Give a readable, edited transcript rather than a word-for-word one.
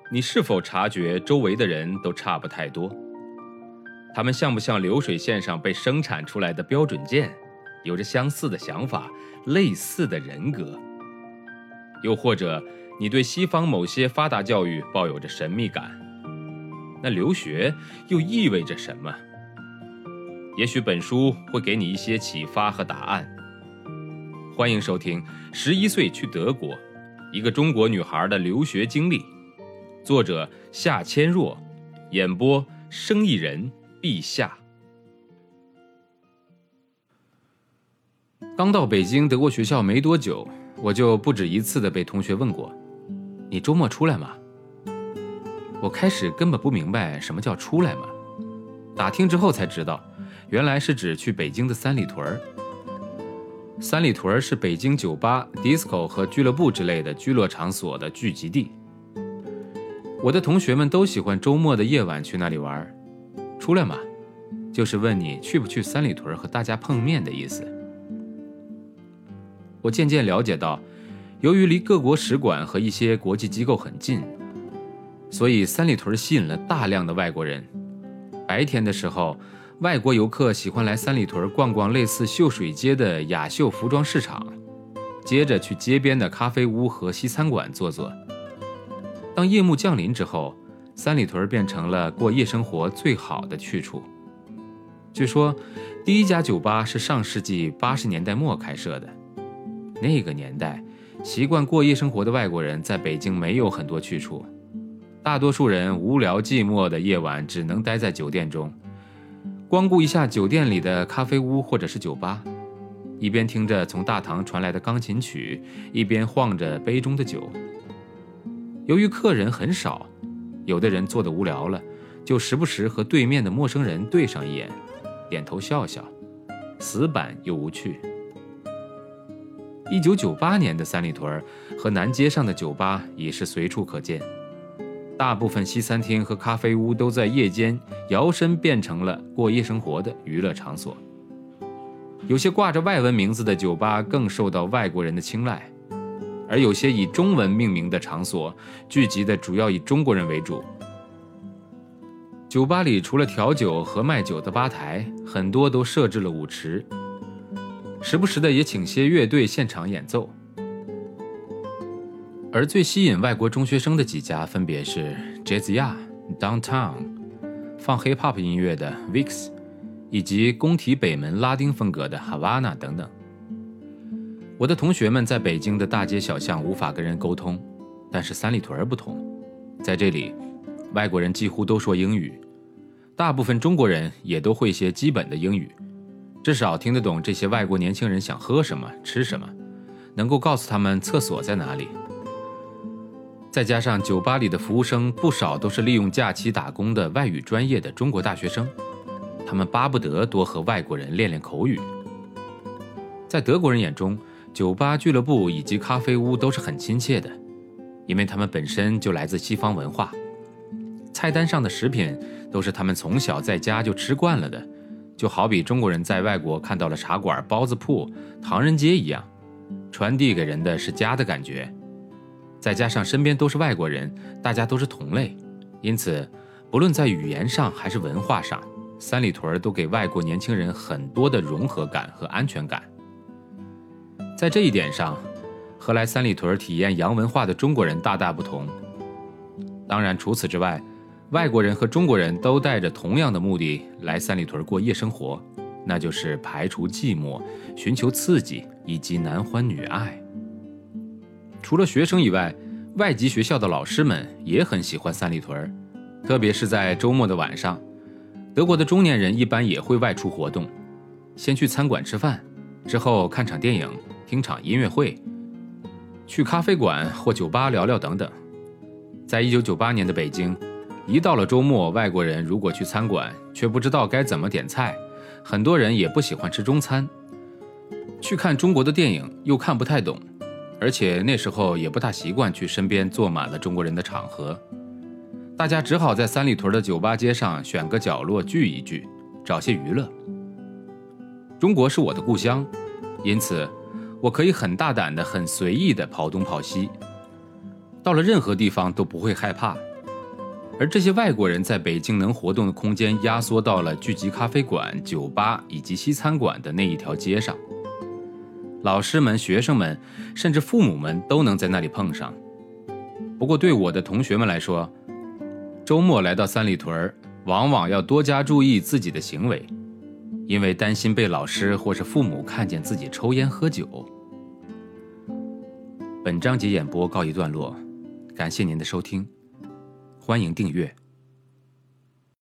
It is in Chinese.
你是否察觉周围的人都差不太多？他们像不像流水线上被生产出来的标准件，有着相似的想法，类似的人格？又或者你对西方某些发达教育抱有着神秘感，那留学又意味着什么？也许本书会给你一些启发和答案。欢迎收听11岁去德国，一个中国女孩的留学经历，作者夏千若，演播生意人陛下。刚到北京德国学校没多久，我就不止一次地被同学问过，你周末出来吗？我开始根本不明白什么叫出来嘛，打听之后才知道，原来是指去北京的三里屯。三里屯是北京酒吧、disco 和俱乐部之类的娱乐场所的聚集地。我的同学们都喜欢周末的夜晚去那里玩。出来嘛，就是问你去不去三里屯和大家碰面的意思。我渐渐了解到，由于离各国使馆和一些国际机构很近，所以三里屯吸引了大量的外国人。白天的时候，外国游客喜欢来三里屯逛逛类似秀水街的雅秀服装市场，接着去街边的咖啡屋和西餐馆坐坐。当夜幕降临之后，三里屯变成了过夜生活最好的去处。据说第一家酒吧是上世纪80年代末开设的，那个年代习惯过夜生活的外国人在北京没有很多去处，大多数人无聊寂寞的夜晚只能待在酒店中，光顾一下酒店里的咖啡屋或者是酒吧，一边听着从大堂传来的钢琴曲，一边晃着杯中的酒。由于客人很少，有的人坐得无聊了，就时不时和对面的陌生人对上一眼，点头笑笑，死板又无趣。1998年的三里屯和南街上的酒吧已是随处可见，大部分西餐厅和咖啡屋都在夜间摇身变成了过夜生活的娱乐场所。有些挂着外文名字的酒吧更受到外国人的青睐，而有些以中文命名的场所聚集的主要以中国人为主。酒吧里除了调酒和卖酒的吧台，很多都设置了舞池，时不时的也请些乐队现场演奏。而最吸引外国中学生的几家分别是 Jazzya、Downtown 放 Hip-Hop 音乐的 Vix， 以及工体北门拉丁风格的 Havana 等等。我的同学们在北京的大街小巷无法跟人沟通，但是三里屯不同，在这里外国人几乎都说英语，大部分中国人也都会些基本的英语，至少听得懂这些外国年轻人想喝什么吃什么，能够告诉他们厕所在哪里。再加上酒吧里的服务生不少都是利用假期打工的外语专业的中国大学生，他们巴不得多和外国人练练口语。在德国人眼中，酒吧、俱乐部以及咖啡屋都是很亲切的，因为他们本身就来自西方文化，菜单上的食品都是他们从小在家就吃惯了的，就好比中国人在外国看到了茶馆、包子铺、唐人街一样，传递给人的是家的感觉。再加上身边都是外国人，大家都是同类，因此不论在语言上还是文化上，三里屯都给外国年轻人很多的融合感和安全感。在这一点上，和来三里屯体验洋文化的中国人大大不同。当然除此之外，外国人和中国人都带着同样的目的来三里屯过夜生活，那就是排除寂寞，寻求刺激以及男欢女爱。除了学生以外，外籍学校的老师们也很喜欢三里屯，特别是在周末的晚上，德国的中年人一般也会外出活动，先去餐馆吃饭，之后看场电影，听场音乐会，去咖啡馆或酒吧聊聊等等。在1998年的北京，一到了周末，外国人如果去餐馆却不知道该怎么点菜，很多人也不喜欢吃中餐，去看中国的电影又看不太懂，而且那时候也不大习惯去身边坐满了中国人的场合，大家只好在三里屯的酒吧街上选个角落聚一聚，找些娱乐。中国是我的故乡，因此我可以很大胆的、很随意的跑东跑西，到了任何地方都不会害怕， 而这些外国人在北京能活动的空间压缩到了聚集咖啡馆、酒吧以及西餐馆的那一条街上。老师们、学生们，甚至父母们都能在那里碰上。不过对我的同学们来说，周末来到三里屯，往往要多加注意自己的行为，因为担心被老师或是父母看见自己抽烟喝酒。本章节演播告一段落，感谢您的收听，欢迎订阅。